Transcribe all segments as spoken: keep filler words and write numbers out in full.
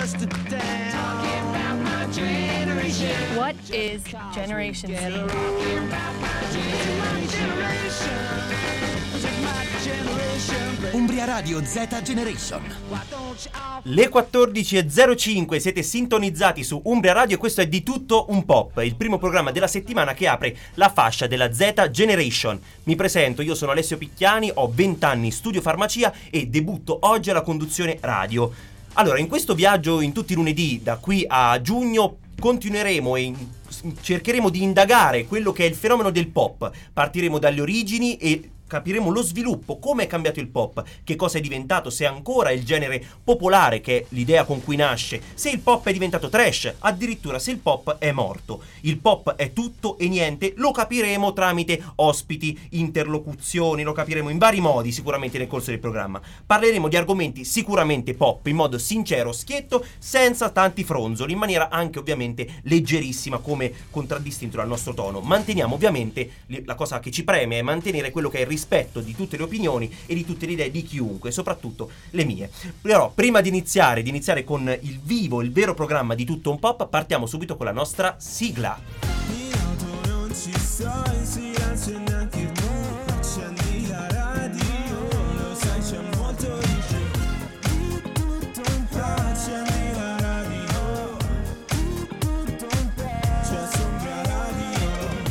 What is Generation Z? Umbria Radio Z Generation. Le quattordici e zero cinque siete sintonizzati su Umbria Radio e questo è Di Tutto Un Pop, il primo programma della settimana che apre la fascia della Z Generation. Mi presento, io sono Alessio Picchiani, ho venti anni, studio farmacia e debutto oggi alla conduzione radio. Allora, in questo viaggio in tutti i lunedì, da qui a giugno, continueremo e in- cercheremo di indagare quello che è il fenomeno del pop. Partiremo dalle origini e capiremo lo sviluppo, come è cambiato il pop, che cosa è diventato, se ancora è il genere popolare che è l'idea con cui nasce, se il pop è diventato trash, addirittura se il pop è morto. Il pop è tutto e niente, lo capiremo tramite ospiti, interlocuzioni, lo capiremo in vari modi sicuramente nel corso del programma. Parleremo di argomenti sicuramente pop in modo sincero, schietto, senza tanti fronzoli, in maniera anche ovviamente leggerissima come contraddistinto dal nostro tono. Manteniamo ovviamente, la cosa che ci preme è mantenere quello che è il rispetto di tutte le opinioni e di tutte le idee di chiunque, soprattutto le mie. Però prima di iniziare, di iniziare con il vivo, il vero programma di Tutto Un Pop, partiamo subito con la nostra sigla. In auto non ci sto, in silenzio neanche tu, accendi la radio, lo sai c'è molto di più. Di tutto un po', accendi la radio, di tutto un po', c'è su Umbria Radio,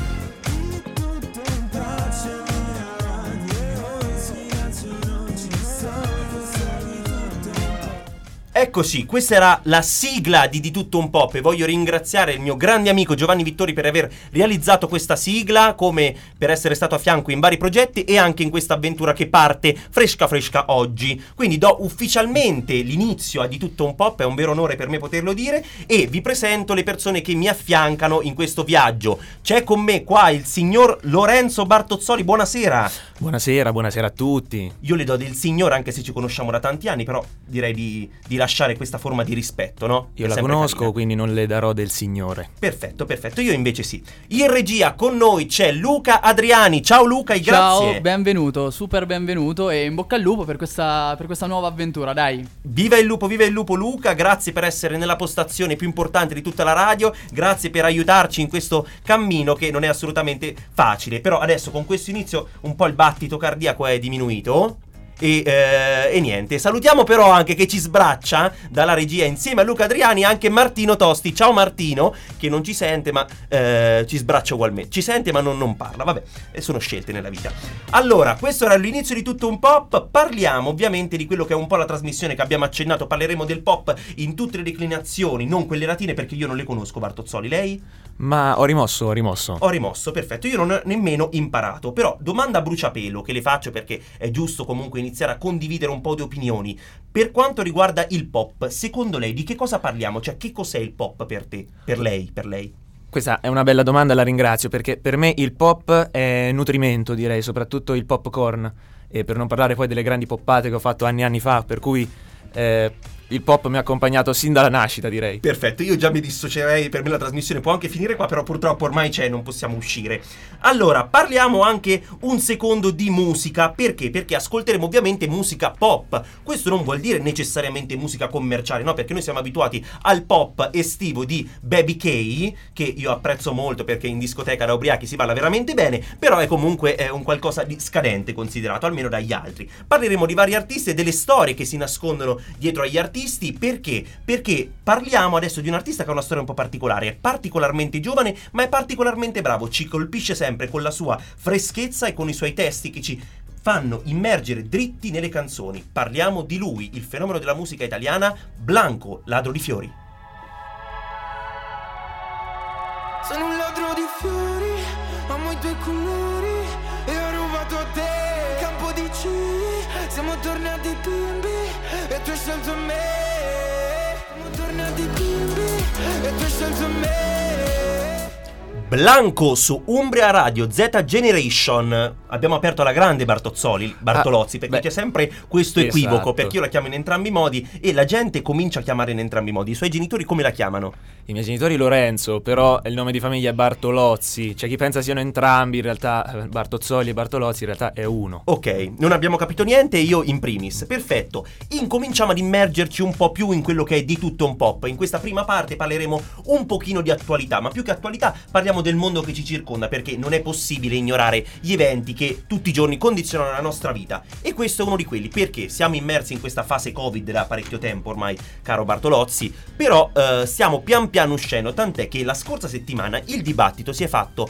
di tutto un po', accendi la radio, in silenzio non ci sto, lo sai di tutto un po'. Eccoci, questa era la sigla di Di Tutto Un Pop e voglio ringraziare il mio grande amico Giovanni Vittori per aver realizzato questa sigla, come per essere stato a fianco in vari progetti e anche in questa avventura che parte fresca fresca oggi. Quindi do ufficialmente l'inizio a Di Tutto Un Pop, è un vero onore per me poterlo dire, e vi presento le persone che mi affiancano in questo viaggio. C'è con me qua il signor Lorenzo Bartozzoli, buonasera. Buonasera, buonasera a tutti. Io le do del signor anche se ci conosciamo da tanti anni, però direi di, di lasciare questa forma di rispetto, no? Io È la sempre conosco, carina. quindi non le darò del signore. Perfetto, perfetto, io invece sì. In regia con noi c'è Luca Adriani. Ciao Luca e grazie. Ciao, benvenuto, super benvenuto e in bocca al lupo per questa, per questa nuova avventura, dai. Viva il lupo, viva il lupo Luca, grazie per essere nella postazione più importante di tutta la radio, grazie per aiutarci in questo cammino che non è assolutamente facile. Però adesso con questo inizio un po' il battito cardiaco è diminuito. E, eh, e niente, salutiamo però anche che ci sbraccia dalla regia insieme a Luca Adriani anche Martino Tosti. Ciao Martino, che non ci sente ma eh, ci sbraccia ugualmente. Ci sente ma non, non parla, vabbè, sono scelte nella vita. Allora, questo era l'inizio di Tutto Un Pop. Parliamo ovviamente di quello che è un po' la trasmissione che abbiamo accennato. Parleremo del pop in tutte le declinazioni, non quelle latine perché io non le conosco. Bartozzoli, lei? Ma ho rimosso, ho rimosso. Ho rimosso, perfetto, io non ho nemmeno imparato. Però domanda a bruciapelo che le faccio perché è giusto comunque iniziare a condividere un po' di opinioni. Per quanto riguarda il pop, secondo lei di che cosa parliamo? Cioè, che cos'è il pop per te? Per lei, per lei? Questa è una bella domanda, la ringrazio, perché per me il pop è nutrimento, direi, soprattutto il popcorn. E per non parlare poi delle grandi poppate che ho fatto anni e anni fa, per cui eh, il pop mi ha accompagnato sin dalla nascita, direi. Perfetto, io già mi dissocierei, per me la trasmissione può anche finire qua, però purtroppo ormai c'è, non possiamo uscire. Allora, parliamo anche un secondo di musica, perché? Perché ascolteremo ovviamente musica pop. Questo non vuol dire necessariamente musica commerciale, no? Perché noi siamo abituati al pop estivo di Baby K, che io apprezzo molto perché in discoteca da ubriachi si balla veramente bene, però è comunque è un qualcosa di scadente considerato, almeno dagli altri. Parleremo di vari artisti e delle storie che si nascondono dietro agli artisti. Perché? Perché parliamo adesso di un artista che ha una storia un po' particolare, è particolarmente giovane ma è particolarmente bravo, ci colpisce sempre con la sua freschezza e con i suoi testi che ci fanno immergere dritti nelle canzoni. Parliamo di lui, il fenomeno della musica italiana, Blanco, ladro di fiori. Sono un ladro di fiori, amo i tuoi colori e ho rubato a te un campo di C. Siamo tornati bimbi e tu hai scelto me. Siamo tornati bimbi e tu hai scelto me. Blanco su Umbria Radio Z Generation. Abbiamo aperto alla grande Bartozzoli, Bartolozzi, Ah, perché beh, c'è sempre questo equivoco, esatto. perché io la chiamo in entrambi i modi e la gente comincia a chiamare in entrambi i modi. I suoi genitori come la chiamano? I miei genitori Lorenzo, però il nome di famiglia è Bartolozzi. C'è chi pensa siano entrambi, in realtà Bartozzoli e Bartolozzi in realtà è uno. Ok, non abbiamo capito niente, io in primis. Perfetto, incominciamo ad immergerci un po' più in quello che è di tutto un pop. In questa prima parte parleremo un pochino di attualità, ma più che attualità parliamo del mondo che ci circonda, perché non è possibile ignorare gli eventi che tutti i giorni condizionano la nostra vita. E questo è uno di quelli, perché siamo immersi in questa fase Covid da parecchio tempo ormai, caro Bartolozzi, però eh, stiamo pian piano uscendo, tant'è che la scorsa settimana il dibattito si è fatto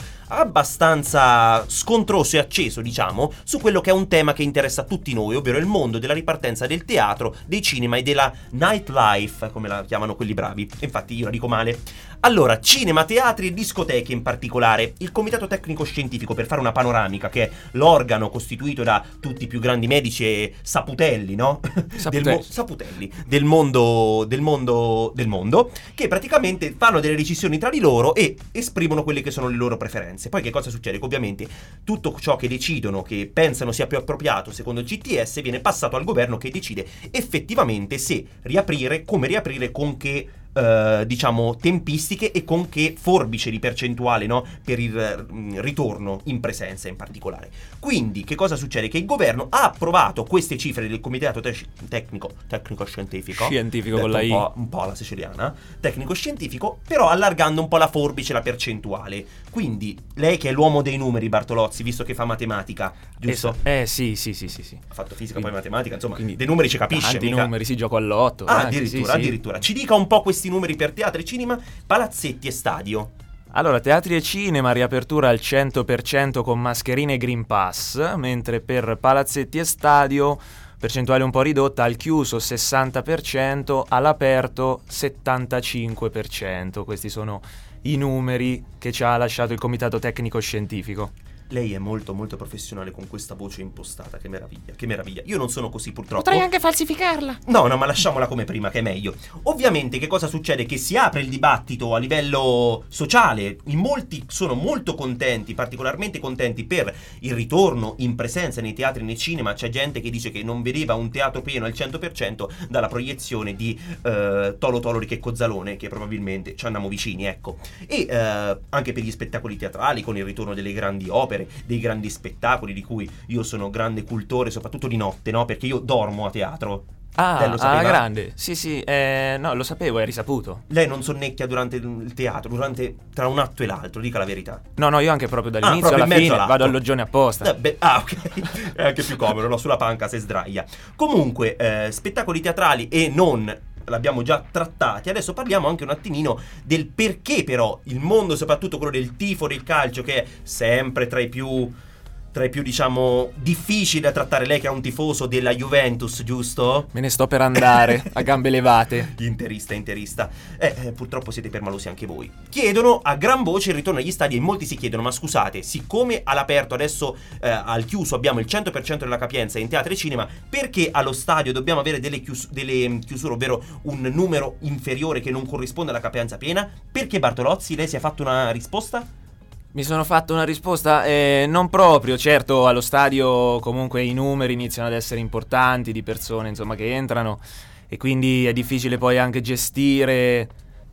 abbastanza scontroso e acceso, diciamo, su quello che è un tema che interessa tutti noi, ovvero il mondo della ripartenza del teatro, dei cinema e della nightlife, come la chiamano quelli bravi. Infatti io la dico male. Allora, cinema, teatri e discoteche in particolare. Il Comitato Tecnico Scientifico, per fare una panoramica, che è l'organo costituito da tutti i più grandi medici e saputelli, no? Saputelli. Del mo- saputelli del mondo, del mondo, del mondo, che praticamente fanno delle decisioni tra di loro e esprimono quelle che sono le loro preferenze. Poi che cosa succede? Che ovviamente tutto ciò che decidono, che pensano sia più appropriato secondo il G T S, viene passato al governo, che decide effettivamente se riaprire, come riaprire, con che Uh, diciamo tempistiche e con che forbice di percentuale, no? Per il uh, ritorno in presenza in particolare. Quindi che cosa succede? Che il governo ha approvato queste cifre del comitato te- tecnico tecnico scientifico Scientifico con la un I. po', un po' alla siciliana, tecnico scientifico, però allargando un po' la forbice, la percentuale. Quindi lei, che è l'uomo dei numeri, Bartolozzi, visto che fa matematica, giusto? Eh, eh sì, sì, sì, sì, sì. Ha fatto fisica, Quindi- poi matematica, insomma, quindi dei numeri ci capisce. Tanti mica- numeri, si gioco all'otto. Ah, anche, addirittura, sì, sì. addirittura. Ci dica un po' questi numeri per teatro e cinema, palazzetti e stadio. Allora, teatri e cinema, riapertura al cento per cento con mascherine e Green Pass, mentre per palazzetti e stadio, percentuale un po' ridotta, al chiuso sessanta per cento, all'aperto settantacinque per cento. Questi sono i numeri che ci ha lasciato il Comitato Tecnico Scientifico. Lei è molto molto professionale con questa voce impostata, che meraviglia, che meraviglia. Io non sono così, purtroppo. Potrei anche falsificarla. No, no, ma lasciamola come prima, che è meglio. Ovviamente che cosa succede? Che si apre il dibattito a livello sociale. In molti sono molto contenti, particolarmente contenti per il ritorno in presenza nei teatri e nei cinema. C'è gente che dice che non vedeva un teatro pieno al cento per cento dalla proiezione di eh, Tolo Tolo di Checco Zalone, che probabilmente ci andiamo vicini, ecco. E eh, anche per gli spettacoli teatrali, con il ritorno delle grandi opere, dei grandi spettacoli di cui io sono grande cultore, soprattutto di notte, no? Perché io dormo a teatro. Ah, Lei lo sapeva? ah, grande. Sì, sì, eh, no, lo sapevo, è risaputo. Lei non sonnecchia durante il teatro, durante tra un atto e l'altro, dica la verità. No, no, io anche proprio dall'inizio proprio in alla mezzo fine all'atto. vado alloggione apposta. Eh, beh, ah, ok. È anche più comodo, no? Sulla panca se sdraia. Comunque, eh, spettacoli teatrali e non, l'abbiamo già trattati. Adesso parliamo anche un attimino del perché però il mondo, soprattutto quello del tifo, del calcio, che è sempre tra i più tra i più, diciamo, difficili da trattare. Lei che è un tifoso della Juventus, giusto? Me ne sto per andare a gambe levate. Interista, interista. Eh, eh, purtroppo siete permalosi anche voi. Chiedono a gran voce il ritorno agli stadi e molti si chiedono: ma scusate, siccome all'aperto adesso eh, al chiuso abbiamo il cento per cento della capienza in teatro e cinema, perché allo stadio dobbiamo avere delle, chius- delle chiusure, ovvero un numero inferiore che non corrisponde alla capienza piena? Perché, Bartolozzi, lei si è fatto una risposta? Mi sono fatto una risposta, eh, non proprio, certo allo stadio comunque i numeri iniziano ad essere importanti di persone, insomma, che entrano, e quindi è difficile poi anche gestire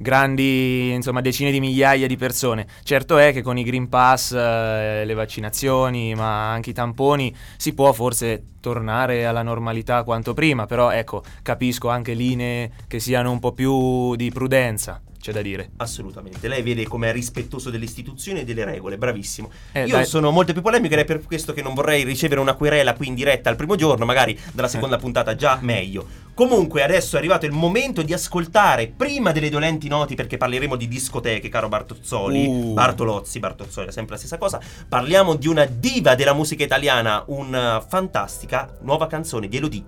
grandi, insomma, decine di migliaia di persone. Certo è che con i Green Pass, eh, le vaccinazioni, ma anche i tamponi, si può forse tornare alla normalità quanto prima, però ecco, capisco anche linee che siano un po' più di prudenza. C'è da dire. Assolutamente. Lei vede come è rispettoso delle istituzioni e delle regole. Bravissimo. Eh, Io dai. sono molto più polemico ed è per questo che non vorrei ricevere una querela qui in diretta al primo giorno, magari dalla seconda puntata già meglio. Comunque adesso è arrivato il momento di ascoltare, prima delle dolenti noti, perché parleremo di discoteche, caro Bartozzoli, Uh. Bartolozzi, Bartozzoli, è sempre la stessa cosa. Parliamo di una diva della musica italiana, una fantastica nuova canzone di Elodie.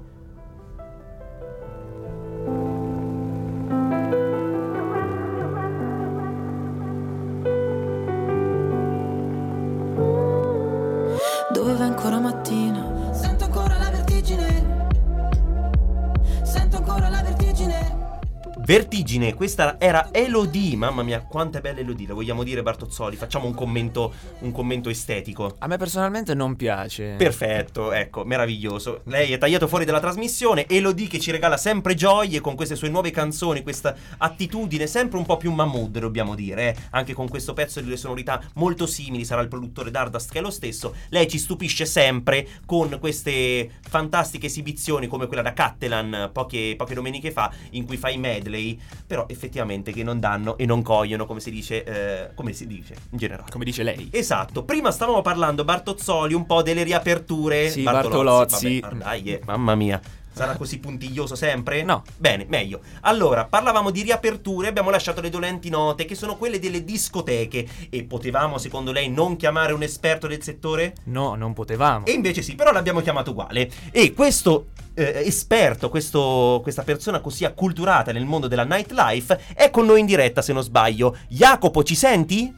Dove va ancora mattina? Sento ancora la vertigine. Sento ancora la vertigine. Vertigine, questa era Elodie, mamma mia, quanta è bella Elodie, la vogliamo dire Bartozzoli? Facciamo un commento, un commento estetico. A me personalmente non piace. Perfetto, ecco, meraviglioso. Lei è tagliato fuori dalla trasmissione, Elodie che ci regala sempre gioie con queste sue nuove canzoni, questa attitudine sempre un po' più Mahmood, dobbiamo dire, eh? Anche con questo pezzo delle sonorità molto simili, sarà il produttore Dardust che è lo stesso. Lei ci stupisce sempre con queste fantastiche esibizioni come quella da Cattelan poche, poche domeniche fa, in cui fa i medley, però effettivamente che non danno e non cogliono, come si dice, eh, come si dice in generale. Come dice lei. Esatto, prima stavamo parlando, Bartozzoli, un po' delle riaperture. Sì, Bartolozzi. Bartolozzi. Vabbè, dai, eh, mamma mia. Sarà così puntiglioso sempre? No. Bene, meglio. Allora, parlavamo di riaperture, abbiamo lasciato le dolenti note, che sono quelle delle discoteche. E potevamo, secondo lei, non chiamare un esperto del settore? No, non potevamo. E invece sì, però l'abbiamo chiamato uguale. E questo eh, esperto, questo, questa persona così acculturata nel mondo della nightlife è con noi in diretta, se non sbaglio. Jacopo, ci senti?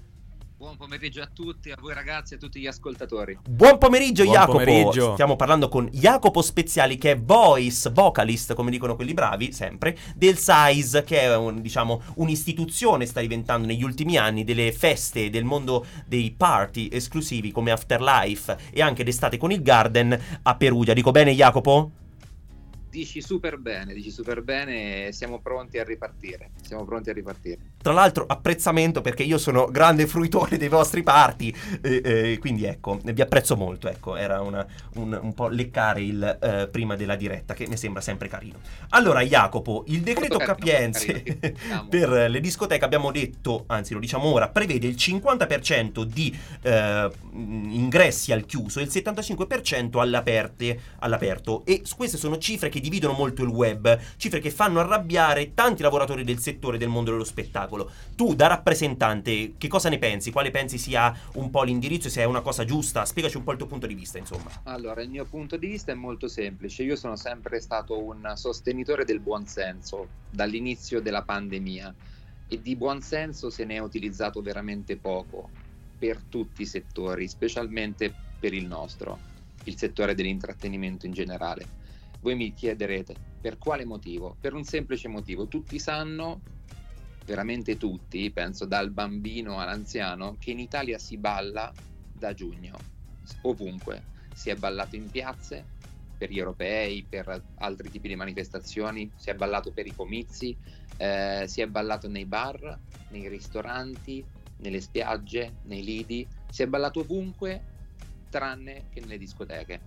Buon pomeriggio a tutti, a voi ragazzi e a tutti gli ascoltatori. Buon pomeriggio Buon Jacopo. pomeriggio. Stiamo parlando con Jacopo Speziali, che è voice, vocalist, come dicono quelli bravi, sempre, del Size, che è un, diciamo, un'istituzione, sta diventando negli ultimi anni, delle feste del mondo dei party esclusivi come Afterlife e anche d'estate con il Garden a Perugia. Dico bene Jacopo? Dici super bene, dici super bene, siamo pronti a ripartire, siamo pronti a ripartire. Tra l'altro apprezzamento, perché io sono grande fruitore dei vostri party, eh, eh, quindi ecco, vi apprezzo molto, ecco, era una, un, un po' leccare il eh, prima della diretta, che mi sembra sempre carino. Allora Jacopo, il decreto Molto carino, capienze carino, diciamo. per le discoteche, abbiamo detto, anzi lo diciamo ora, prevede il cinquanta per cento di eh, ingressi al chiuso e il settantacinque per cento all'aperte, all'aperto, e queste sono cifre che dividono molto il web, cifre che fanno arrabbiare tanti lavoratori del settore del mondo dello spettacolo. Tu da rappresentante che cosa ne pensi? Quale pensi sia un po' l'indirizzo e se è una cosa giusta? Spiegaci un po' il tuo punto di vista, insomma. Allora, il mio punto di vista è molto semplice. Io sono sempre stato un sostenitore del buonsenso dall'inizio della pandemia, e di buonsenso se ne è utilizzato veramente poco per tutti i settori, specialmente per il nostro, il settore dell'intrattenimento in generale. Voi mi chiederete per quale motivo? Per un semplice motivo: tutti sanno, veramente tutti, penso dal bambino all'anziano, che in Italia si balla da giugno, ovunque. Si è ballato in piazze, per gli europei, per altri tipi di manifestazioni, si è ballato per i comizi, eh, si è ballato nei bar, nei ristoranti, nelle spiagge, nei lidi, si è ballato ovunque tranne che nelle discoteche.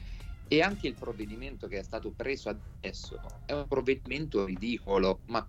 E anche il provvedimento che è stato preso adesso è un provvedimento ridicolo, ma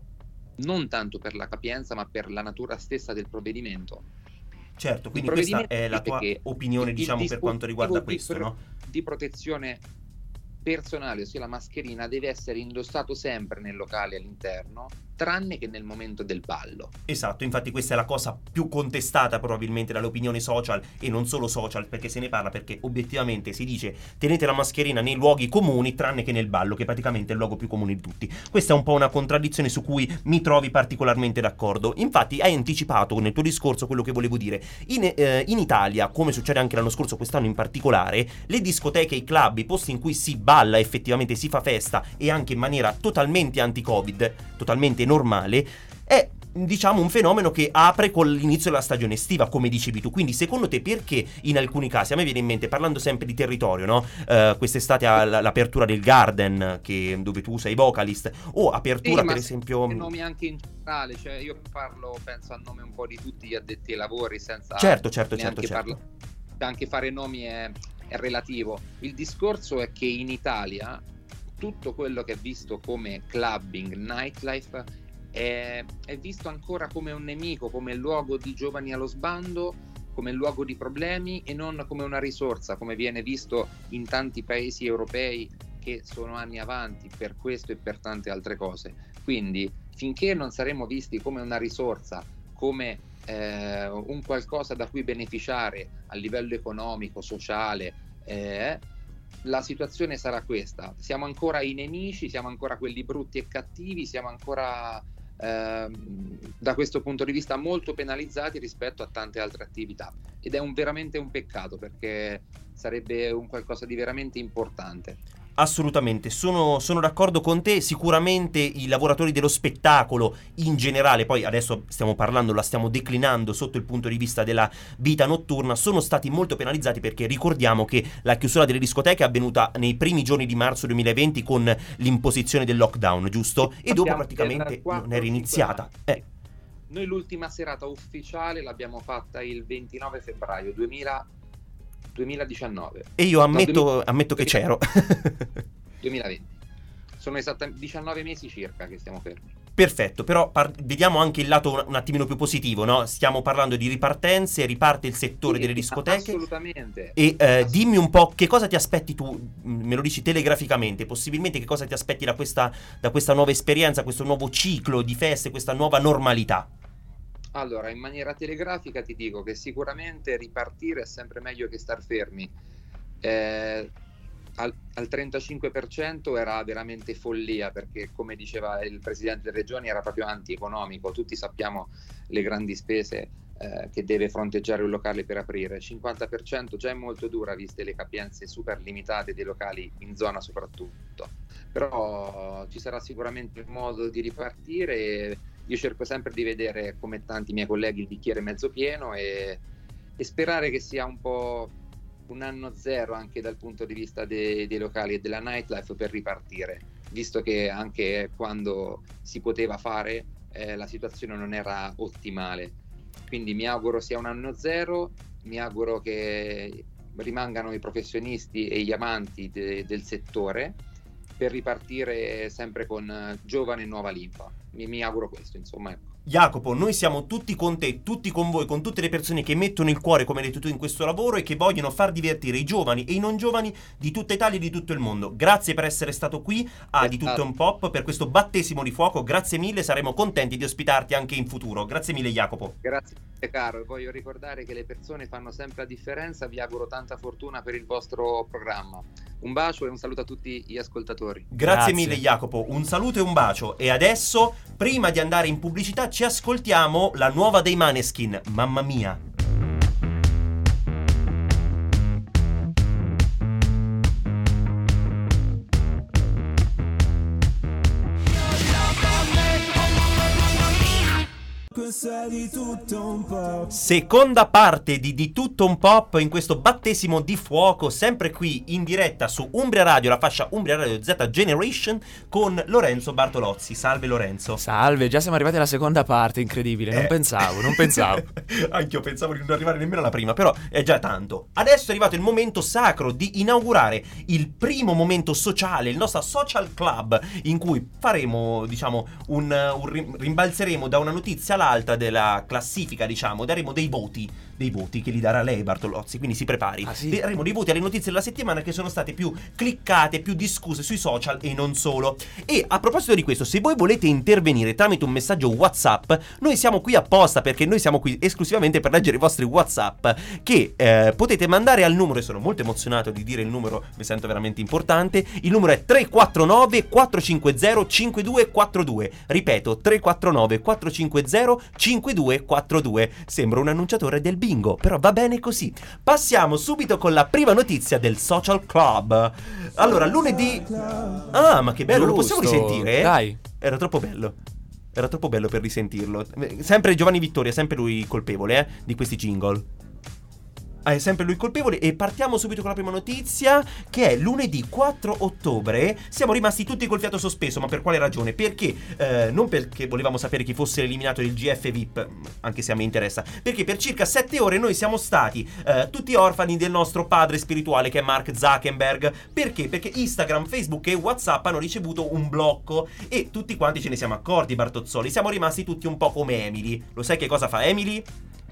non tanto per la capienza, ma per la natura stessa del provvedimento. Certo, quindi questa è la tua opinione, diciamo, per quanto riguarda questo, pro- no? Di protezione personale, ossia la mascherina, deve essere indossato sempre nel locale all'interno, tranne che nel momento del ballo. Esatto, infatti questa è la cosa più contestata probabilmente dall'opinione social, e non solo social, perché se ne parla, perché obiettivamente si dice tenete la mascherina nei luoghi comuni tranne che nel ballo, che praticamente è il luogo più comune di tutti. Questa è un po' una contraddizione su cui mi trovi particolarmente d'accordo. Infatti hai anticipato nel tuo discorso quello che volevo dire. In, eh, in Italia, come succede anche l'anno scorso, quest'anno in particolare, le discoteche, i club, i posti in cui si balla effettivamente, si fa festa, e anche in maniera totalmente anti-Covid, totalmente normale, è diciamo un fenomeno che apre con l'inizio della stagione estiva, come dicevi tu. Quindi secondo te perché in alcuni casi, a me viene in mente, parlando sempre di territorio, no? Uh, quest'estate all'apertura del Garden, che, dove tu sei vocalist, o apertura sì, per ma esempio nomi anche in generale, cioè io parlo, penso a nome un po' di tutti gli addetti ai lavori, senza certo certo certo, certo. Parla... anche fare nomi è, è relativo. Il discorso è che in Italia tutto quello che è visto come clubbing, nightlife, è, è visto ancora come un nemico, come luogo di giovani allo sbando, come luogo di problemi, e non come una risorsa, come viene visto in tanti paesi europei che sono anni avanti per questo e per tante altre cose. Quindi finché non saremo visti come una risorsa, come eh, un qualcosa da cui beneficiare a livello economico, sociale, eh, la situazione sarà questa. Siamo ancora i nemici, siamo ancora quelli brutti e cattivi, siamo ancora eh, da questo punto di vista molto penalizzati rispetto a tante altre attività, ed è un, veramente un peccato, perché sarebbe un qualcosa di veramente importante. Assolutamente, sono, sono d'accordo con te. Sicuramente i lavoratori dello spettacolo in generale, poi adesso stiamo parlando, la stiamo declinando sotto il punto di vista della vita notturna, sono stati molto penalizzati, perché ricordiamo che la chiusura delle discoteche è avvenuta nei primi giorni di marzo duemilaventi con l'imposizione del lockdown, giusto? E dopo praticamente non è riniziata. Eh. Noi l'ultima serata ufficiale l'abbiamo fatta il ventinove febbraio duemila duemiladiciannove. E io ammetto, no, duemila ammetto che c'ero. duemilaventi. Sono esattamente diciannove mesi circa che stiamo fermi. Perfetto, però par- vediamo anche il lato un, un attimino più positivo, no? Stiamo parlando di ripartenze, riparte il settore Sì, delle discoteche. Assolutamente. E eh, dimmi un po' che cosa ti aspetti tu, me lo dici telegraficamente, possibilmente che cosa ti aspetti da questa, da questa nuova esperienza, questo nuovo ciclo di feste, questa nuova normalità? Allora, in maniera telegrafica ti dico che sicuramente ripartire è sempre meglio che star fermi. Eh, al, al trentacinque per cento era veramente follia, perché come diceva il presidente delle regioni era proprio antieconomico. Tutti sappiamo le grandi spese eh, che deve fronteggiare un locale per aprire. cinquanta per cento già è molto dura, viste le capienze super limitate dei locali in zona soprattutto. Però ci sarà sicuramente il modo di ripartire e io cerco sempre di vedere, come tanti miei colleghi, il bicchiere mezzo pieno e, e sperare che sia un po' un anno zero anche dal punto di vista dei, dei locali e della nightlife per ripartire, visto che anche quando si poteva fare eh, la situazione non era ottimale. Quindi mi auguro sia un anno zero, mi auguro che rimangano i professionisti e gli amanti de, del settore per ripartire sempre con giovane e nuova linfa. Mi, mi auguro questo, insomma, ecco. Jacopo, noi siamo tutti con te, tutti con voi, con tutte le persone che mettono il cuore, come hai detto tu, in questo lavoro e che vogliono far divertire i giovani e i non giovani di tutta Italia e di tutto il mondo. Grazie per essere stato qui a Di Tutto Un Pop per questo battesimo di fuoco. Grazie mille, saremo contenti di ospitarti anche in futuro. Grazie mille, Jacopo. Grazie caro, voglio ricordare che le persone fanno sempre la differenza. Vi auguro tanta fortuna per il vostro programma. Un bacio e un saluto a tutti gli ascoltatori. Grazie, Grazie mille, Jacopo, un saluto e un bacio. E adesso, prima di andare in pubblicità, ci ascoltiamo la nuova dei Maneskin, Mamma Mia. Questa è Di Tutto Un Pop. Seconda parte di Di Tutto Un Pop in questo battesimo di fuoco, sempre qui in diretta su Umbria Radio, la fascia Umbria Radio Z Generation con Lorenzo Bartolozzi. Salve Lorenzo. Salve, già siamo arrivati alla seconda parte, incredibile, non Eh. pensavo, non pensavo. Anch'io pensavo di non arrivare nemmeno alla prima, però è già tanto. Adesso è arrivato il momento sacro di inaugurare il primo momento sociale, il nostro social club, in cui faremo, diciamo, un, un rim- rimbalzeremo da una notizia all'altra della classifica, diciamo, daremo dei voti, dei voti che li darà lei Bartolozzi, quindi si prepari. Ah, sì? Daremo dei voti alle notizie della settimana che sono state più cliccate, più discusse sui social e non solo. E a proposito di questo, se voi volete intervenire tramite un messaggio WhatsApp, noi siamo qui apposta, perché noi siamo qui esclusivamente per leggere i vostri WhatsApp che eh, potete mandare al numero, e sono molto emozionato di dire il numero, mi sento veramente importante. Il numero è tre quattro nove quattro cinque zero cinque due quattro due. Ripeto, tre quattro nove quattro cinque zero cinque due quattro due. Sembra un annunciatore del bingo, però va bene così. Passiamo subito con la prima notizia del Social Club. Allora, lunedì... Ah, ma che bello, lo possiamo Giusto, risentire? dai. Era troppo bello. Era troppo bello per risentirlo. Sempre Giovanni Vittoria, sempre lui colpevole, eh, di questi jingle. Ah, è sempre lui colpevole. E partiamo subito con la prima notizia, che è lunedì quattro ottobre. Siamo rimasti tutti col fiato sospeso. Ma per quale ragione? Perché eh, non perché volevamo sapere chi fosse eliminato il G F V I P, anche se a me interessa, perché per circa sette ore noi siamo stati eh, tutti orfani del nostro padre spirituale, che è Mark Zuckerberg. Perché? Perché Instagram, Facebook e WhatsApp hanno ricevuto un blocco e tutti quanti ce ne siamo accorti, Bartozzoli. Siamo rimasti tutti un po' come Emily. Lo sai che cosa fa Emily?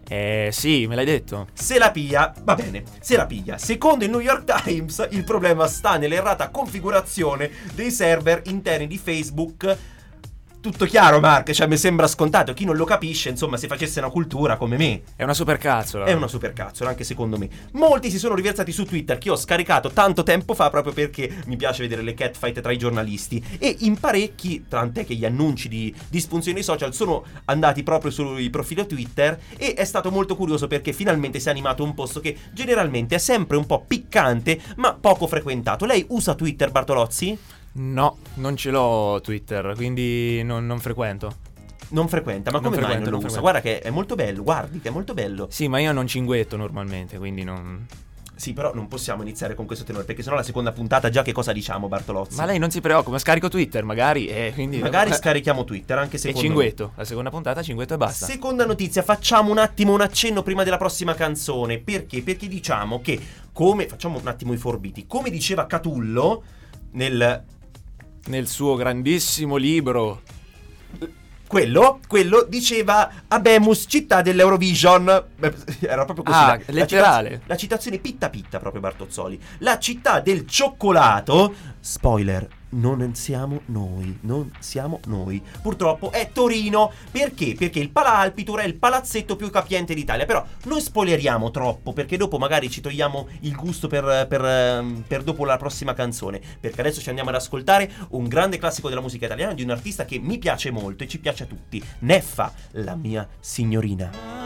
Eh sì, me l'hai detto. Se la piglia, va bene, se la piglia. Secondo il New York Times, il problema sta nell'errata configurazione dei server interni di Facebook. Tutto chiaro, Mark, cioè mi sembra scontato. Chi non lo capisce, insomma, se facesse una cultura come me. È una supercazzola. È una supercazzola, anche secondo me. Molti si sono riversati su Twitter, che ho scaricato tanto tempo fa proprio perché mi piace vedere le catfight tra i giornalisti. E in parecchi, tant'è che gli annunci di disfunzioni social sono andati proprio sui profili Twitter. E è stato molto curioso perché finalmente si è animato un posto che generalmente è sempre un po' piccante, ma poco frequentato. Lei usa Twitter, Bartolozzi? No, non ce l'ho Twitter, quindi non, non frequento. Non frequenta, ma Non come mai frequento, non lo non usa? frequento. Guarda che è molto bello, guardi che è molto bello. Sì, ma io non cinguetto normalmente, quindi non... Sì, però non possiamo iniziare con questo tenore, perché sennò la seconda puntata già che cosa diciamo, Bartolozzi? Ma lei non si preoccupa, scarico Twitter magari e quindi... Magari scarichiamo Twitter, anche E secondo cinguetto, la seconda puntata cinguetto e basta. Seconda notizia, facciamo un attimo un accenno prima della prossima canzone. Perché? Perché diciamo che, come... Facciamo un attimo i forbiti. Come diceva Catullo nel... Nel suo grandissimo libro... Quello, quello diceva Abemus, città dell'Eurovision. Beh, era proprio così. Ah, la, letterale. La, citaz- la citazione pitta pitta proprio, Bartozzoli. La città del cioccolato. Spoiler, non siamo noi, non siamo noi. Purtroppo è Torino. Perché? Perché il Pala Alpitur è il palazzetto più capiente d'Italia. Però non spoileriamo troppo, perché dopo magari ci togliamo il gusto per, per, per dopo la prossima canzone. Perché adesso ci andiamo ad ascoltare un grande classico della musica italiana di un artista che mi piace molto e ci piace a tutti. Neffa, la mia signorina.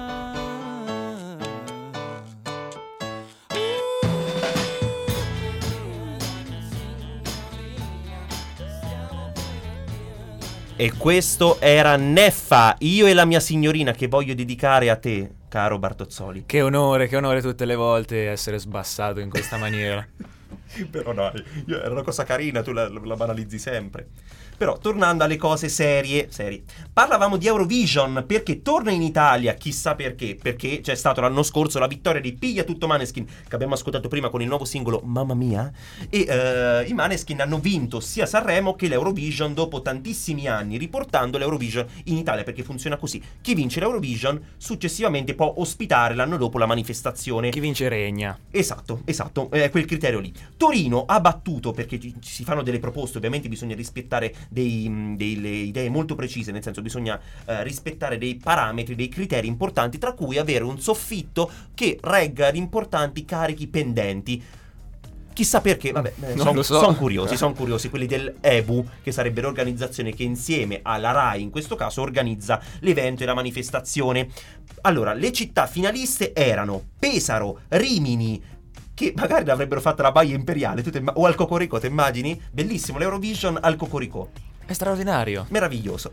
E questo era Neffa, io e la mia signorina, che voglio dedicare a te, caro Bartozzoli. Che onore, che onore tutte le volte essere sbassato in questa maniera. Però dai, era una cosa carina, tu la, la banalizzi sempre. Però tornando alle cose serie, serie, parlavamo di Eurovision perché torna in Italia, chissà perché, perché c'è stato l'anno scorso la vittoria di Piglia Tutto Maneskin, che abbiamo ascoltato prima con il nuovo singolo Mamma Mia, e eh, i Maneskin hanno vinto sia Sanremo che l'Eurovision dopo tantissimi anni, riportando l'Eurovision in Italia, perché funziona così: chi vince l'Eurovision successivamente può ospitare l'anno dopo la manifestazione. Chi vince regna. Esatto, esatto, è quel criterio lì. Torino ha battuto, perché ci, ci si fanno delle proposte, ovviamente bisogna rispettare dei, delle idee molto precise, nel senso bisogna eh, rispettare dei parametri, dei criteri importanti, tra cui avere un soffitto che regga ad importanti carichi pendenti. Chissà perché, vabbè, eh, Non sono lo so. son curiosi, sono curiosi quelli dell'E B U, che sarebbe l'organizzazione che insieme alla RAI in questo caso organizza l'evento e la manifestazione. Allora, le città finaliste erano Pesaro, Rimini, che magari l'avrebbero fatta la Baia Imperiale, tu te imma- o al Cocorico, te immagini? Bellissimo, l'Eurovision al Cocorico. È straordinario. Meraviglioso.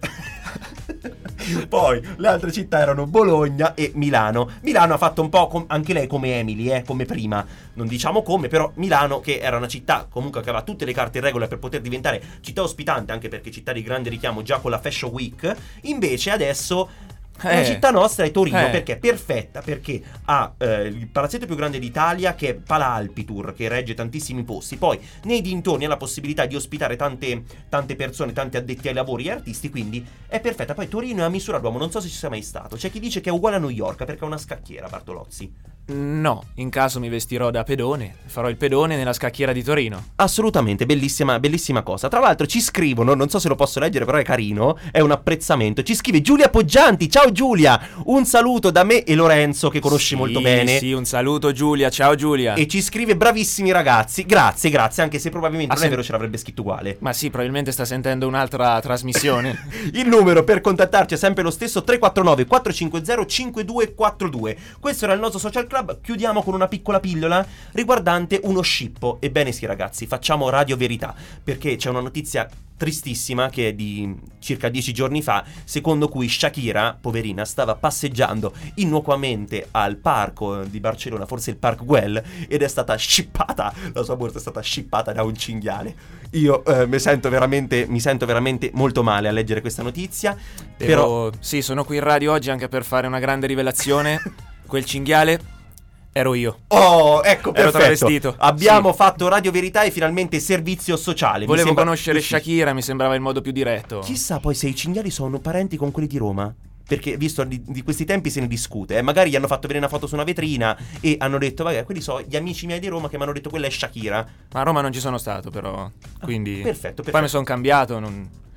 Poi le altre città erano Bologna e Milano. Milano ha fatto un po' com- anche lei come Emily, eh, come prima. Non diciamo come, però Milano, che era una città comunque che aveva tutte le carte in regola per poter diventare città ospitante, anche perché città di grande richiamo già con la Fashion Week, invece adesso la Eh. città nostra è Torino, Eh. perché è perfetta, perché ha eh, il palazzetto più grande d'Italia, che è Pala Alpitur, che regge tantissimi posti. Poi nei dintorni ha la possibilità di ospitare tante, tante persone, tanti addetti ai lavori e artisti, quindi è perfetta. Poi Torino è a misura d'uomo, non so se ci sia mai stato. C'è chi dice che è uguale a New York perché è una scacchiera, Bartolozzi. No, in caso mi vestirò da pedone. Farò il pedone nella scacchiera di Torino. Assolutamente, bellissima, bellissima cosa. Tra l'altro ci scrivono, non so se lo posso leggere, però è carino, è un apprezzamento. Ci scrive Giulia Poggianti. Ciao Giulia, un saluto da me e Lorenzo, che conosci Sì, molto bene. Sì, un saluto Giulia, ciao Giulia. E ci scrive bravissimi ragazzi. Grazie, grazie, anche se probabilmente Ah, non è se- vero, ce l'avrebbe scritto uguale. Ma sì, probabilmente sta sentendo un'altra trasmissione. Il numero per contattarci è sempre lo stesso: tre quattro nove quattro cinque zero cinque due quattro due. Questo era il nostro social club. Chiudiamo con una piccola pillola riguardante uno scippo. Ebbene sì ragazzi, facciamo Radio Verità, perché c'è una notizia tristissima che è di circa dieci giorni fa, secondo cui Shakira, poverina, stava passeggiando innocuamente al parco di Barcellona, forse il Park Güell, ed è stata scippata, la sua borsa è stata scippata da un cinghiale. Io eh, mi sento veramente mi sento veramente molto male a leggere questa notizia. Però Devo- Sì, sono qui in radio oggi anche per fare una grande rivelazione. Quel cinghiale ero io. oh, ecco, Ero perfetto. travestito. Abbiamo Sì. fatto Radio Verità e finalmente servizio sociale. Mi Volevo sembra conoscere giustissimo. Shakira, mi sembrava il modo più diretto. Chissà poi se i cinghiali sono parenti con quelli di Roma. Perché visto di, di questi tempi se ne discute, eh. Magari gli hanno fatto vedere una foto su una vetrina e hanno detto, vabbè, quelli sono gli amici miei di Roma che mi hanno detto quella è Shakira. Ma a Roma non ci sono stato però. Quindi perfetto, perfetto. Poi mi sono cambiato, non...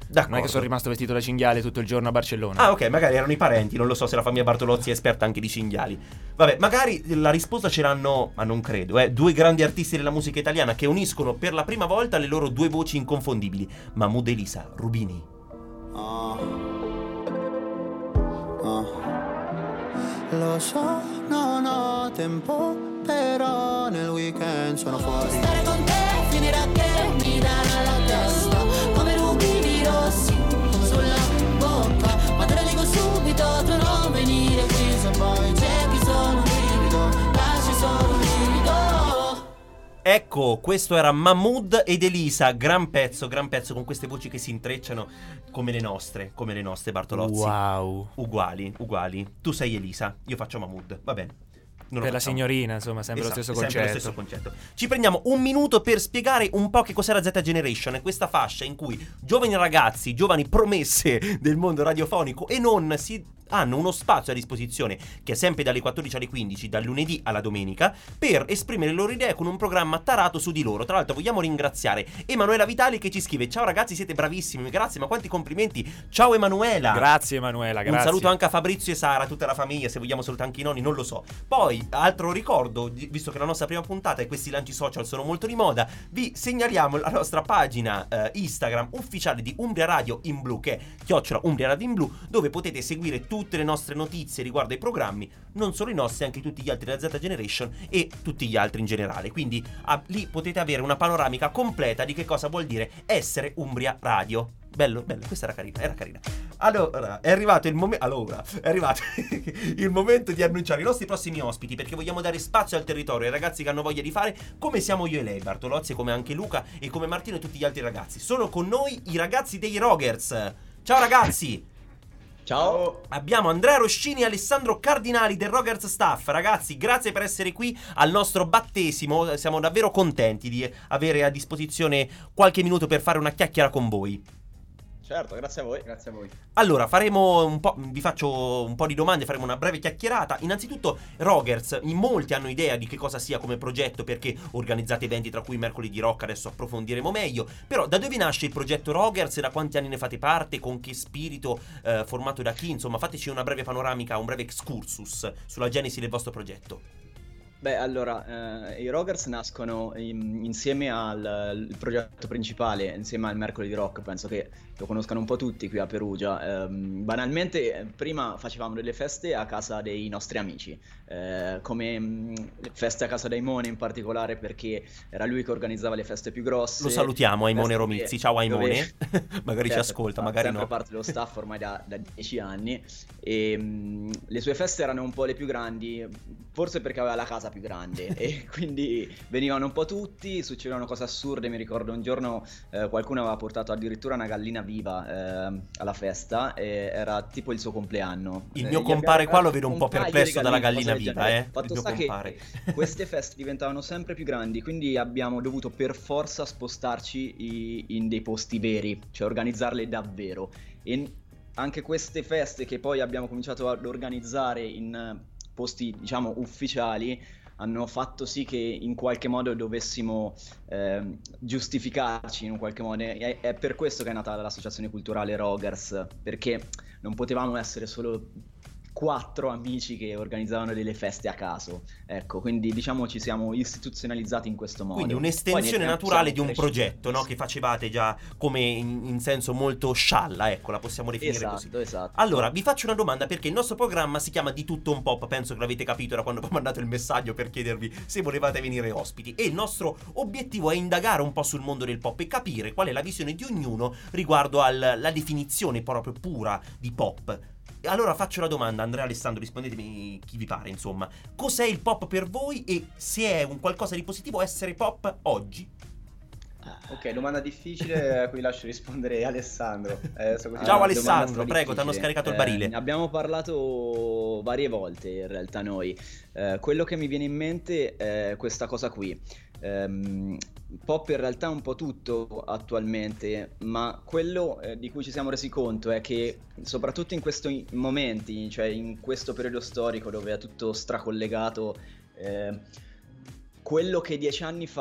D'accordo. Non è che sono rimasto vestito da cinghiale tutto il giorno a Barcellona. Ah, ok, magari erano i parenti, non lo so se la famiglia Bartolozzi è esperta anche di cinghiali. Vabbè, magari la risposta ce l'hanno, ma non credo, eh, due grandi artisti della musica italiana che uniscono per la prima volta le loro due voci inconfondibili, Mahmood e Elisa, Rubini. Oh. Oh. Lo so, non ho tempo, però nel weekend sono fuori. Stare con te finirà che mi danno alla testa come rubini rossi sulla bocca. Ma te lo dico subito, tu non venire qui se poi c'è chi sono livido, lasci solo un livido. Ecco, questo era Mahmood ed Elisa, gran pezzo, gran pezzo con queste voci che si intrecciano come le nostre, come le nostre Bartolozzi. Wow. Uguali, uguali. Tu sei Elisa, io faccio Mahmood, va bene. Non Per lo la facciamo. signorina, insomma, sempre Esatto, lo stesso sempre concetto. lo stesso concetto. Ci prendiamo un minuto per spiegare un po' che cos'è la Z Generation, questa fascia in cui giovani ragazzi, giovani promesse del mondo radiofonico e non si hanno uno spazio a disposizione che è sempre dalle quattordici alle quindici, dal lunedì alla domenica, per esprimere le loro idee con un programma tarato su di loro. Tra l'altro vogliamo ringraziare Emanuela Vitali che ci scrive: ciao ragazzi, siete bravissimi, grazie, ma quanti complimenti. Ciao Emanuela. Grazie Emanuela, grazie. Un saluto anche a Fabrizio e Sara, tutta la famiglia, se vogliamo salutare anche i nonni, non lo so. Poi, altro ricordo, visto che la nostra prima puntata e questi lanci social sono molto di moda, vi segnaliamo la nostra pagina eh, Instagram ufficiale di Umbria Radio in Blu, che è chiocciola Umbria Radio in Blu, dove potete seguire tutte le nostre notizie riguardo ai programmi, non solo i nostri, anche tutti gli altri della Z Generation e tutti gli altri in generale. Quindi ah, lì potete avere una panoramica completa di che cosa vuol dire essere Umbria Radio. Bello, bello, questa era carina, era carina. Allora, è arrivato il momento. Allora, è arrivato il momento di annunciare i nostri prossimi ospiti, perché vogliamo dare spazio al territorio ai ragazzi che hanno voglia di fare come siamo io e lei, Bartolozzi, come anche Luca e come Martino e tutti gli altri ragazzi. Sono con noi i ragazzi dei Rogers. Ciao ragazzi! Ciao! Abbiamo Andrea Roscini e Alessandro Cardinali del Rogers Staff. Ragazzi, grazie per essere qui al nostro battesimo. Siamo davvero contenti di avere a disposizione qualche minuto per fare una chiacchiera con voi. Certo, grazie a voi, grazie a voi. Allora, faremo un po', vi faccio un po' di domande, faremo una breve chiacchierata. Innanzitutto, Rogers, in molti hanno idea di che cosa sia come progetto, perché organizzate eventi tra cui Mercoledì Rock, adesso approfondiremo meglio. Però da dove nasce il progetto Rogers e da quanti anni ne fate parte, con che spirito, eh, formato da chi? Insomma, fateci una breve panoramica, un breve excursus sulla genesi del vostro progetto. Beh, allora, eh, i Rogers nascono in- insieme al al progetto principale, insieme al Mercoledì Rock, penso che lo conoscano un po' tutti qui a Perugia. Ehm, banalmente, eh, prima facevamo delle feste a casa dei nostri amici, eh, come mh, feste a casa da Aimone in particolare, perché era lui che organizzava le feste più grosse. Lo salutiamo, Aimone Feste Romizzi. Ciao Aimone. dove- Magari ci Certo, ascolta, fa magari sempre no. parte dello staff ormai da, da dieci anni e mh, le sue feste erano un po' le più grandi, forse perché aveva la casa più grande e quindi venivano un po' tutti, succedevano cose assurde. Mi ricordo un giorno eh, qualcuno aveva portato addirittura una gallina viva eh, alla festa e era tipo il suo compleanno. Il Eh, mio gli compare abbiamo qua lo regalato vedo un un po' paio di perplesso dalla galline, gallina cose del viva, genere. eh. Il Fatto mio sta compare. che queste feste diventavano sempre più grandi, quindi abbiamo dovuto per forza spostarci i- in dei posti veri, cioè organizzarle davvero. E anche queste feste che poi abbiamo cominciato ad organizzare in eh, posti, diciamo, ufficiali, hanno fatto sì che in qualche modo dovessimo ehm, giustificarci in un qualche modo. È, è per questo che è nata l'associazione culturale Rogers, perché non potevamo essere solo quattro amici che organizzavano delle feste a caso, ecco, quindi diciamo ci siamo istituzionalizzati in questo modo. Quindi Poi un'estensione nel tempo naturale siamo di un cresciuti. progetto, no? Che facevate già come in, in senso molto scialla, ecco, la possiamo definire Esatto, così. esatto. Allora, vi faccio una domanda, perché il nostro programma si chiama Di tutto un pop, penso che l'avete capito da quando vi ho mandato il messaggio per chiedervi se volevate venire ospiti, e il nostro obiettivo è indagare un po' sul mondo del pop e capire qual è la visione di ognuno riguardo alla definizione proprio pura di pop. E allora faccio la domanda, Andrea, Alessandro, rispondetemi chi vi pare, insomma. Cos'è il pop per voi e se è un qualcosa di positivo essere pop oggi? Ok, domanda difficile a cui lascio rispondere Alessandro. Eh, so così- Ciao Ah, Alessandro, domanda prego, ti hanno difficile. scaricato il Eh, barile. ne abbiamo parlato varie volte in realtà noi. Eh, quello che mi viene in mente è questa cosa qui. Ehm, pop in realtà è un po' tutto attualmente, ma quello eh, di cui ci siamo resi conto è che soprattutto in questi momenti, cioè in questo periodo storico dove è tutto stracollegato, eh, quello che dieci anni fa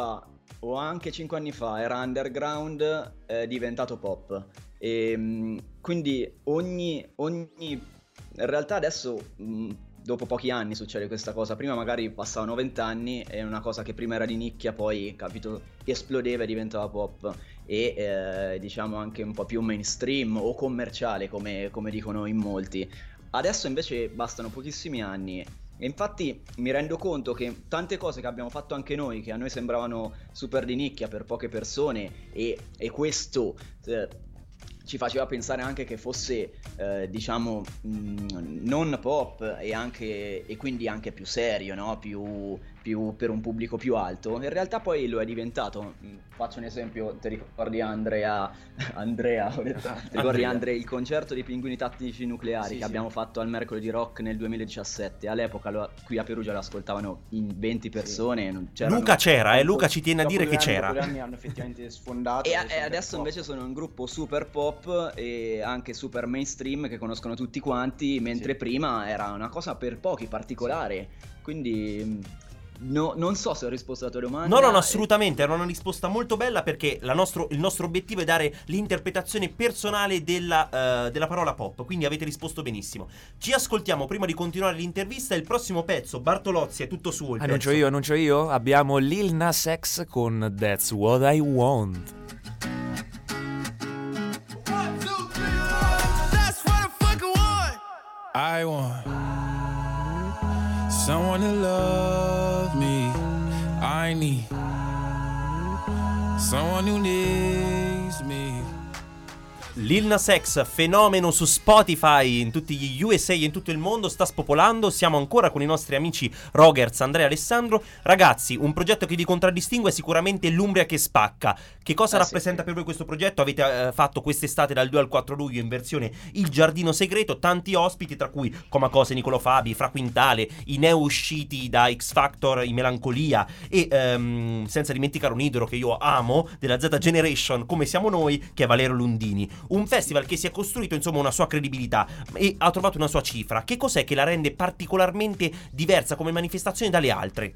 o anche cinque anni fa era underground, è diventato pop. E mh, quindi ogni, ogni in realtà adesso mh, dopo pochi anni succede questa cosa. Prima magari passavano vent'anni e una cosa che prima era di nicchia poi, capito, esplodeva e diventava pop e eh, diciamo anche un po' più mainstream o commerciale, come, come dicono in molti. Adesso invece bastano pochissimi anni e infatti mi rendo conto che tante cose che abbiamo fatto anche noi, che a noi sembravano super di nicchia per poche persone, e, e questo eh, ci faceva pensare anche che fosse eh, diciamo mh, non pop e anche e quindi anche più serio, no? Più, più per un pubblico più alto. In realtà poi lo è diventato. Faccio un esempio, ti ricordi Andrea Andrea, ho detto, ti ricordi Andrea il concerto dei Pinguini Tattici Nucleari sì, che sì. abbiamo fatto al Mercoledì Rock nel duemiladiciassette. All'epoca lo, qui a Perugia lo ascoltavano in venti persone, sì. non c'erano, Luca c'era, eh, Luca ci tiene a dire che anni, c'era. Dopo due anni hanno effettivamente sfondato. E, e adesso invece sono un gruppo super pop e anche super mainstream che conoscono tutti quanti, mentre sì. prima era una cosa per pochi, particolare. Sì. Quindi no, non so se ho risposto alla tua domanda. No, no, no, assolutamente, era una risposta molto bella perché la nostro, il nostro obiettivo è dare l'interpretazione personale della, uh, della parola pop, quindi avete risposto benissimo. Ci ascoltiamo prima di continuare l'intervista il prossimo pezzo. Bartolozzi, è tutto suo il annuncio pezzo. io, annuncio io. Abbiamo Lil Nas X con That's What I Want. I want someone to love me. I need someone who needs me. Lil Nas X, fenomeno su Spotify in tutti gli U S A e in tutto il mondo, sta spopolando. Siamo ancora con i nostri amici Rogers, Andrea e Alessandro. Ragazzi, un progetto che vi contraddistingue è sicuramente l'Umbria che spacca. Che cosa eh rappresenta sì. per voi questo progetto? Avete eh, fatto quest'estate dal due al quattro luglio in versione Il Giardino Segreto, tanti ospiti tra cui Comacose, Nicolo Fabi, Fra Quintale, i neo usciti da X Factor, i Melancolia e ehm, senza dimenticare un idolo che io amo della Z Generation come siamo noi, che è Valerio Lundini. Un festival che si è costruito insomma una sua credibilità e ha trovato una sua cifra. Che cos'è che la rende particolarmente diversa come manifestazione dalle altre?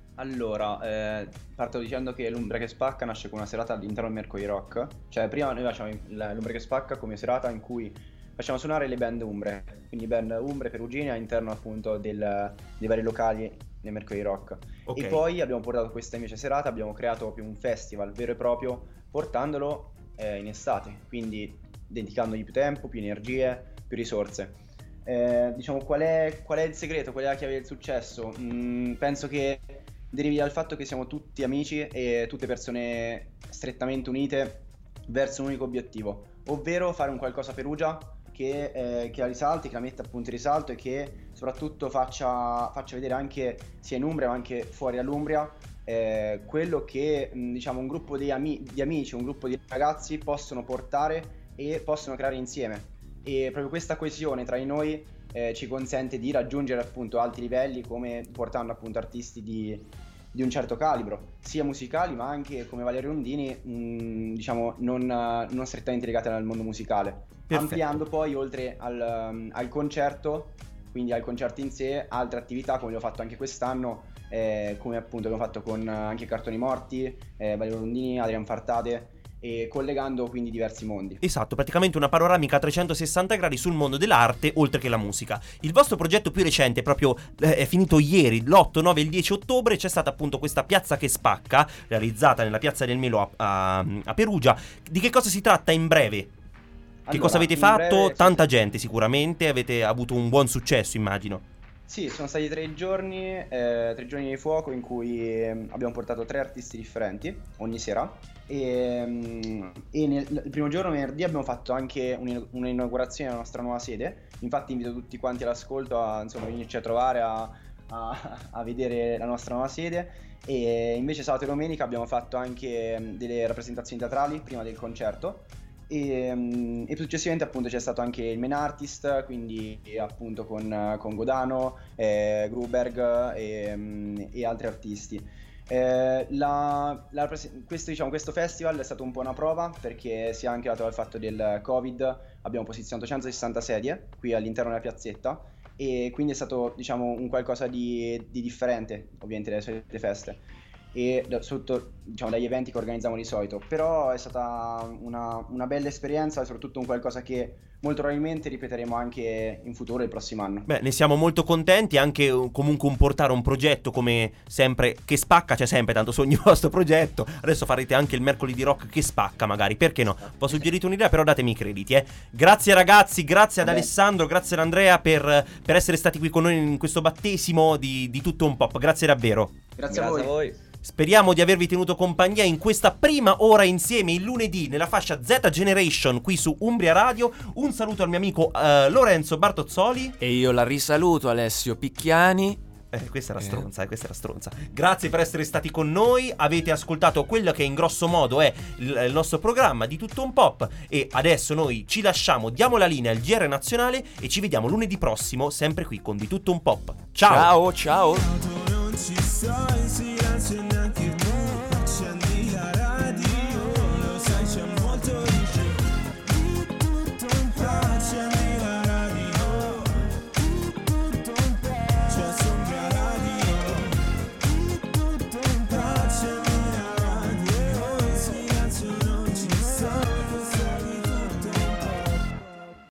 Allora, eh, parto dicendo che l'Umbria che spacca nasce con una serata all'interno del Mercoledì Rock. Cioè prima noi facciamo l'Umbria che spacca come serata in cui facciamo suonare le band umbre, quindi band umbre perugine all'interno appunto del, dei vari locali del Mercoledì Rock. Okay. E poi abbiamo portato questa invece serata, abbiamo creato proprio un festival vero e proprio, portandolo eh, in estate, quindi dedicandogli più tempo, più energie, più risorse. Eh, diciamo qual è, qual è il segreto, qual è la chiave del successo? Mm, penso che derivi dal fatto che siamo tutti amici e tutte persone strettamente unite verso un unico obiettivo, ovvero fare un qualcosa a Perugia che, eh, che la risalti, che la metta appunto in risalto e che soprattutto faccia, faccia vedere anche sia in Umbria ma anche fuori dall'Umbria eh, quello che mh, diciamo un gruppo di, ami- di amici, un gruppo di ragazzi possono portare e possono creare insieme. E proprio questa coesione tra di noi eh, ci consente di raggiungere appunto alti livelli, come portando appunto artisti di, di un certo calibro, sia musicali ma anche come Valerio Lundini, mh, diciamo non, non strettamente legati al mondo musicale. Perfetto. Ampliando poi oltre al, um, al concerto, quindi al concerto in sé, altre attività come l'ho fatto anche quest'anno, eh, come appunto abbiamo fatto con anche Cartoni Morti, eh, Valerio Lundini, Adrian Fartate, e collegando quindi diversi mondi. Esatto, praticamente una panoramica a trecentosessanta gradi sul mondo dell'arte oltre che la musica. Il vostro progetto più recente proprio eh, è finito ieri, l'otto, nove e il dieci ottobre. C'è stata appunto questa Piazza che spacca, realizzata nella Piazza del Melo a, a, a Perugia. Di che cosa si tratta in breve? Che allora, cosa avete fatto? Breve, Tanta sì, gente sicuramente, avete avuto un buon successo immagino. Sì, sono stati tre giorni, eh, tre giorni di fuoco in cui eh, abbiamo portato tre artisti differenti ogni sera e, e nel il primo giorno, venerdì, abbiamo fatto anche un'inaugurazione della nostra nuova sede. Infatti invito tutti quanti all'ascolto a insomma, venirci a trovare a, a, a vedere la nostra nuova sede. E invece sabato e domenica abbiamo fatto anche delle rappresentazioni teatrali prima del concerto. E, e successivamente appunto c'è stato anche il main artist, quindi appunto con, con Godano, eh, Gruberg e, e altri artisti. Eh, la, la, questo, diciamo, questo festival è stato un po' una prova perché si è anche dato dal fatto del Covid, abbiamo posizionato centosessanta sedie qui all'interno della piazzetta e quindi è stato diciamo un qualcosa di, di differente ovviamente dalle solite feste. e da- sotto, diciamo, dagli eventi che organizziamo di solito. Però è stata una, una bella esperienza e soprattutto un qualcosa che molto probabilmente ripeteremo anche in futuro il prossimo anno. Beh, ne siamo molto contenti, anche eh, comunque un portare un progetto come sempre che spacca, c'è sempre, tanto su ogni vostro progetto. Adesso farete anche il mercoledì rock che spacca, magari, perché no? Vi ho suggerito un'idea, però datemi i crediti, eh. Grazie ragazzi, grazie ad Vabbè. Alessandro, grazie ad Andrea per, per essere stati qui con noi in questo battesimo di, di Tutto un Pop, grazie davvero. Grazie Grazie, a voi. Speriamo di avervi tenuto compagnia in questa prima ora insieme il lunedì nella fascia Z Generation qui su Umbria Radio. Un saluto al mio amico eh, Lorenzo Bartozzoli. E io la risaluto, Alessio Picchiani. Eh, questa era Eh. stronza, eh, questa era stronza. Grazie per essere stati con noi. Avete ascoltato quello che in grosso modo è il, il nostro programma di Tutto un Pop. E adesso noi ci lasciamo, diamo la linea al G R nazionale e ci vediamo lunedì prossimo sempre qui con Di Tutto un Pop. Ciao. Ciao, ciao. Non ci sai, sì,